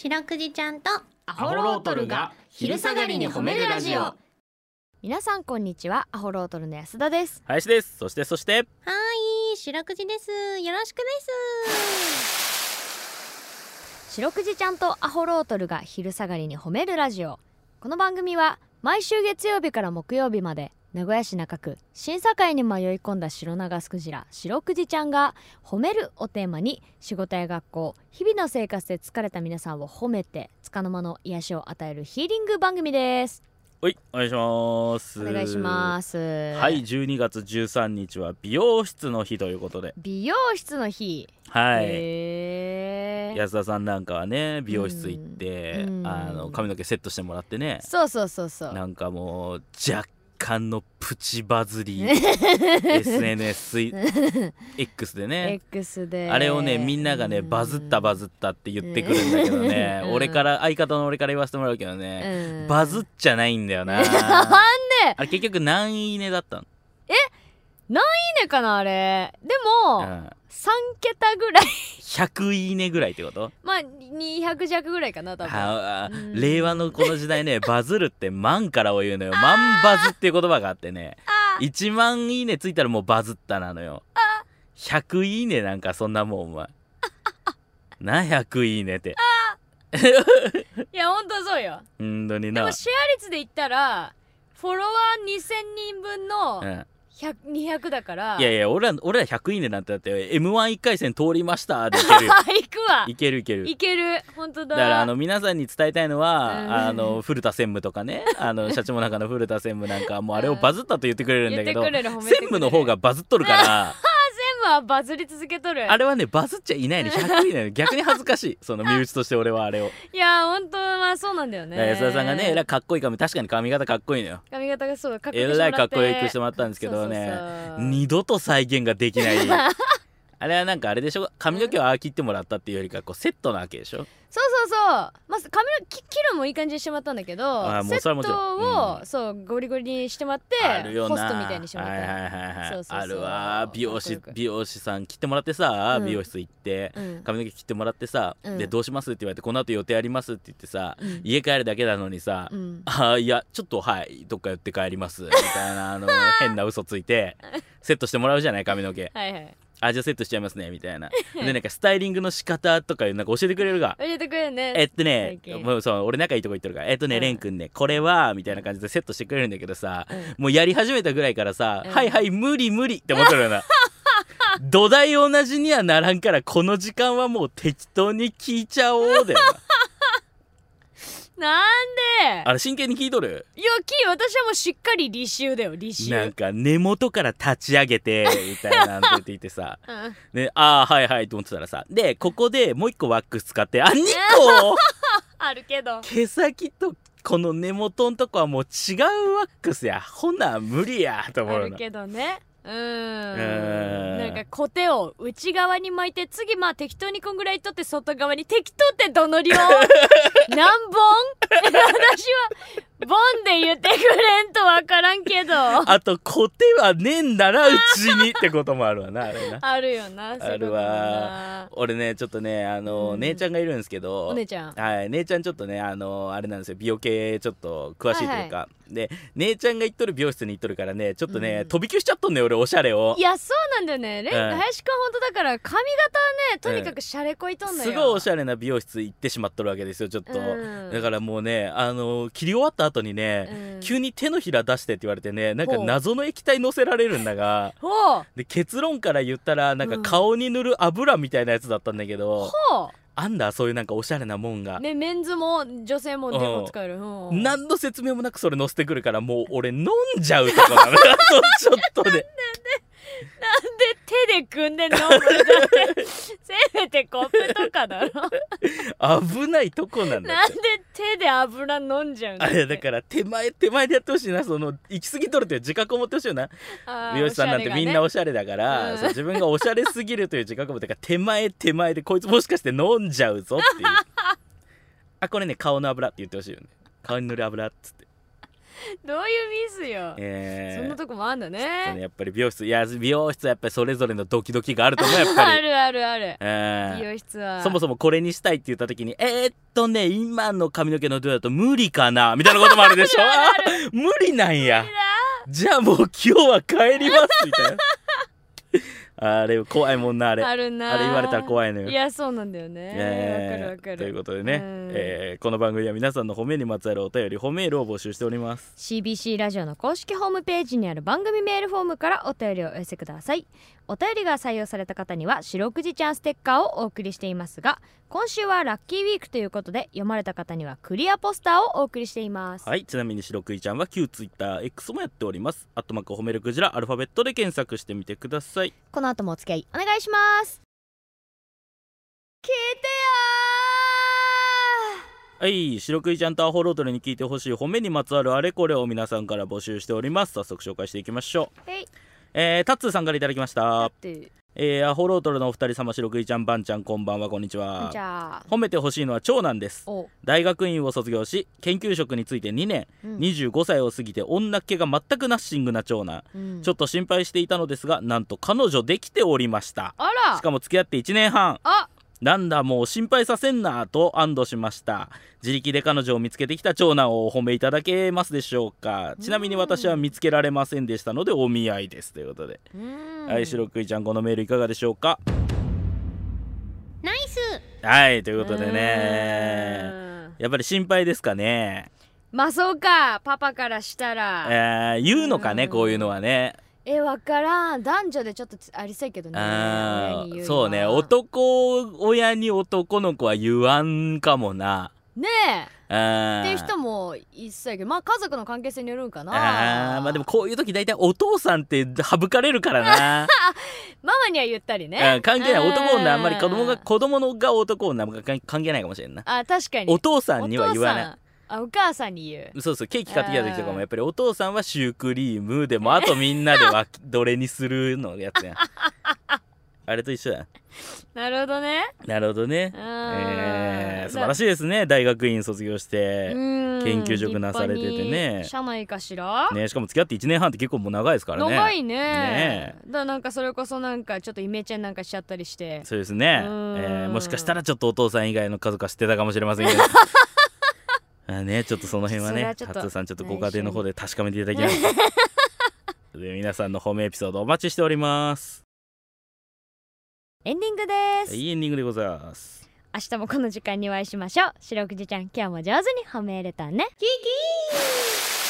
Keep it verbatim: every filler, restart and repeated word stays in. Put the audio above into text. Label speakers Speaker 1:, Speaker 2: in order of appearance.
Speaker 1: 白くじちゃんと
Speaker 2: アホロートルが昼下がりに褒めるラジオ。
Speaker 3: 皆さんこんにちは。アホロートルの安田です。
Speaker 4: 林です。そしてそして
Speaker 1: はーい、白くじです。よろしくです。
Speaker 3: 白くじちゃんとアホロートルが昼下がりに褒めるラジオ。この番組は毎週月曜日から木曜日まで名古屋市中区審査会に迷い込んだ白長スクジラ白くじちゃんが褒めるをテーマに仕事や学校日々の生活で疲れた皆さんを褒めて束の間の癒しを与えるヒーリング番組です。
Speaker 4: はい、お願いします。
Speaker 3: お願いします。
Speaker 4: はい、じゅうにがつじゅうさんにちは美容室の日ということで。
Speaker 3: 美容室の日。
Speaker 4: はい。
Speaker 3: へー。
Speaker 4: 安田さんなんかはね、美容室行って、うん、あの髪の毛セットしてもらってね。
Speaker 3: そうそうそうそう。
Speaker 4: なんかもう若干のプチバズりエスエヌエス X でね
Speaker 3: X で
Speaker 4: あれをねみんながねバズったバズったって言ってくるんだけどね、俺から相方の俺から言わせてもらうけどね、うん、バズっちゃないんだよな。なんであれ結局何いいねだったの？
Speaker 3: え何いいねかなあれ。でも、うん、さんけたぐらい
Speaker 4: ひゃくいいねぐらいってこと？
Speaker 3: まあにひゃく弱ぐらいかな多分。
Speaker 4: はあ、令和のこの時代ねバズるって万からを言うのよ。万バズっていう言葉があってね、いちまんいいねついたらもうバズったなのよ。ひゃくいいねなんかそんなもんお前なひゃくいいねって
Speaker 3: いやほんとそうよ。
Speaker 4: ほんとにな。
Speaker 3: でもシェア率で言ったらフォロワーにせんにんぶんの、うんにひゃくだから。
Speaker 4: いやいや俺ら俺らひゃくいいねなんてだって エムワンいっかい戦通りましたでいけるよ
Speaker 3: いくわ
Speaker 4: いけるいける
Speaker 3: いける本当だ。
Speaker 4: だからあの皆さんに伝えたいのは、うん、あの古田専務とかねあの社長の中の古田専務なんかもうあれをバズったと言ってくれるんだけど、うん、専務の方がバズっとるから
Speaker 3: 専務はバズり続けとる。
Speaker 4: あれはねバズっちゃいないのひゃくいいね逆に恥ずかしいその身内として俺はあれを
Speaker 3: いや本当まあそうなんだよね。
Speaker 4: 安田さんがねえらいかっこいい髪確かに髪型かっこいいのよ。
Speaker 3: 髪型がそうかっこ
Speaker 4: いいえらいかっこよくしてもらったんですけどね、そうそうそう二度と再現ができないあれはなんかあれでしょ、髪の毛をああ切ってもらったっていうよりかこうセットなわけでしょ。
Speaker 3: そうそうそう、まあ、髪の毛切るもいい感じにしてもらったんだけど、あセットを、うん、そうゴリゴリにしてもらってホストみたいにしてもらった。はいはいはいはい、そうそうそうあるわ。美容師美容師さん切ってもらってさ、うん、美容室行って、うん、髪の毛切ってもらってさ、うん、でどうしますって言われてこの後予定ありますって言ってさ、うん、家帰るだけなのにさ、うん、あいやちょっとはいどっか寄って帰りますみたいなあの変な嘘ついてセットしてもらうじゃない髪の毛はいはいあじゃあセットしちゃいますねみたいなでなんかスタイリングの仕方とかなんか教えてくれるが教えてくれるね。
Speaker 4: えっとねもうそう俺仲いいとこ行ってるからえっとね、うん、レン君ねこれはみたいな感じでセットしてくれるんだけどさ、うん、もうやり始めたぐらいからさ、うん、はいはい無理無理って思ってるよな土台同じにはならんからこの時間はもう適当に聞いちゃおうだよな
Speaker 3: なんで
Speaker 4: あれ真剣に聞いとる？
Speaker 3: いやき私はもうしっかり履修だよ履修。
Speaker 4: なんか根元から立ち上げてみたいなんて言っていてさ、うん、でああはいはいと思ってたらさでここでもう一個ワックス使ってあにこ
Speaker 3: あるけど
Speaker 4: 毛先とこの根元のとこはもう違うワックスやほな無理やと思うの。
Speaker 3: あるけどねうーんなんかコテを内側に巻いて次まあ適当にこんぐらい取って外側に適当ってどの量何本私はボンで言ってくれんとわからんけど
Speaker 4: あとコテはねんならうちにってこともあるわなあれな
Speaker 3: あるよな
Speaker 4: あるわ。俺ねちょっとねあの、うん、姉ちゃんがいるんですけど
Speaker 3: お姉ちゃん
Speaker 4: はい姉ちゃんちょっとねあのあれなんですよ美容系ちょっと詳しいというか、はいはい、で姉ちゃんが行っとる美容室に行っとるからねちょっとね、うん、飛び級しちゃっとんねよ俺おしゃれを。
Speaker 3: いやそうなんだよね、うん、林くんほんとだから髪型はねとにかくシャレこいとんのよ、うん、
Speaker 4: すごいおしゃれな美容室行ってしまっとるわけですよちょっと、うん、だからもうねあの切り終わった後にね、うん、急に手のひら出してって言われてねなんか謎の液体乗せられるんだがで結論から言ったらなんか顔に塗る油みたいなやつだったんだけど、うんあんだそういうなんかおしゃれなもんが
Speaker 3: ねメンズも女性もでも使える、うんうん、
Speaker 4: 何の説明もなくそれ乗せてくるからもう俺飲んじゃうとかなのちょっとで
Speaker 3: なんで手で組んで飲むんだってせめてコップとかだろ
Speaker 4: 危ないとこなんだ
Speaker 3: なんで手で油飲んじゃうんだって
Speaker 4: あれだから手前手前でやってほしいなその行き過ぎとるという自覚を持ってほしいよな美容師さんなんてみんなおしゃれだから、うん、そう自分がおしゃれすぎるという自覚を持ってから手前手前でこいつもしかして飲んじゃうぞっていうあこれね顔の油って言ってほしいよね顔に塗る油っつって
Speaker 3: どういうミスよ、えー、そんなとこもあんだ ね,
Speaker 4: ねやっぱり美容室いや美容室はやっぱりそれぞれのドキドキがあると思うやっぱり
Speaker 3: あるあるある、
Speaker 4: えー、
Speaker 3: 美容室は
Speaker 4: そもそもこれにしたいって言った時にえー、っとね今の髪の毛の量だと無理かなみたいなこともあるでしょある無理なんやじゃあもう今日は帰りますみたいなあれ怖いもんなあれ
Speaker 3: あるな
Speaker 4: あれ言われたら怖いのよ。
Speaker 3: いやそうなんだよね、えー、わかるわかる
Speaker 4: ということでね、えー、この番組は皆さんの褒めにまつわるお便り褒めールを募集しております。
Speaker 3: シービーシー ラジオの公式ホームページにある番組メールフォームからお便りをお寄せください。お便りが採用された方には白くじちゃんステッカーをお送りしていますが、今週はラッキーウィークということで読まれた方にはクリアポスターをお送りしています。
Speaker 4: はい、ちなみに白くじちゃんは旧 TwitterX もやっております。アットマーク褒めるクジラアルファベットで検索してみてください。
Speaker 3: この後もお付き合いお願いします。聞いて
Speaker 4: よー。はい、白くじちゃんとアホロートルに聞いてほしい褒めにまつわるあれこれを皆さんから募集しております。早速紹介していきましょう。
Speaker 3: はい、
Speaker 4: えー、タッツーさんからいただきました。えー、アホロートルのお二人様、白くじちゃん、バンちゃん、こんばんは、こんにちは。
Speaker 3: じゃあ
Speaker 4: 褒めてほしいのは長男です。大学院を卒業し研究職についてにねん、うん、にじゅうごさいを過ぎて女っ気が全くナッシングな長男、うん、ちょっと心配していたのですが、なんと彼女できておりました。
Speaker 3: あら、
Speaker 4: しかも付き合っていちねんはん。
Speaker 3: あ、
Speaker 4: なんだもう心配させんなと安堵しました。自力で彼女を見つけてきた長男をお褒めいただけますでしょうか。ちなみに私は見つけられませんでしたのでお見合いですということで、はい、白くいちゃんこのメールいかがでしょうか。
Speaker 1: ナイス。
Speaker 4: はいということでね、やっぱり心配ですかね。
Speaker 3: まあそうか、パパからしたら、
Speaker 4: えー、言うのかねこういうのはね。
Speaker 3: え、わからん。男女でちょっとありそうやけどね。
Speaker 4: あー、そうね、男親に男の子は言わんかもな。
Speaker 3: ねえっていう人もいっそうやけど、まあ家族の関係性によるんかな。
Speaker 4: あー、まあでもこういう時大体お父さんって省かれるからな
Speaker 3: ママには言ったりね。
Speaker 4: 関係ない。男女あんまり子供が子供のが男女が関係ないかもしれんな。
Speaker 3: あ、確かに
Speaker 4: お父さんには言わない。
Speaker 3: あ、お母さんに言う。
Speaker 4: そうそう、ケーキ買ってきた時とかもやっぱりお父さんはシュークリームでもあとみんなではどれにするのやつやあれと一緒だ。
Speaker 3: なるほどね。
Speaker 4: なるほどね。えー、素晴らしいですね。大学院卒業して研究職なされててね。
Speaker 3: 社内かしら
Speaker 4: ね。しかも付き合っていちねんはんって結構もう長いですからね。
Speaker 3: 長いね。ねだからなんかそれこそなんかちょっとイメチェンなんかしちゃったりして。
Speaker 4: そうですね、えー、もしかしたらちょっとお父さん以外の家族は知ってたかもしれませんけどあね、ちょっとその辺はね、ハッツーさんちょっとご家庭の方で確かめていただきますで皆さんの褒めエピソードお待ちしております。
Speaker 3: エンディングです。
Speaker 4: いいエンディングでございます。
Speaker 3: 明日もこの時間にお会いしましょう。白くじちゃん、今日も上手に褒めれたね。
Speaker 1: キキー。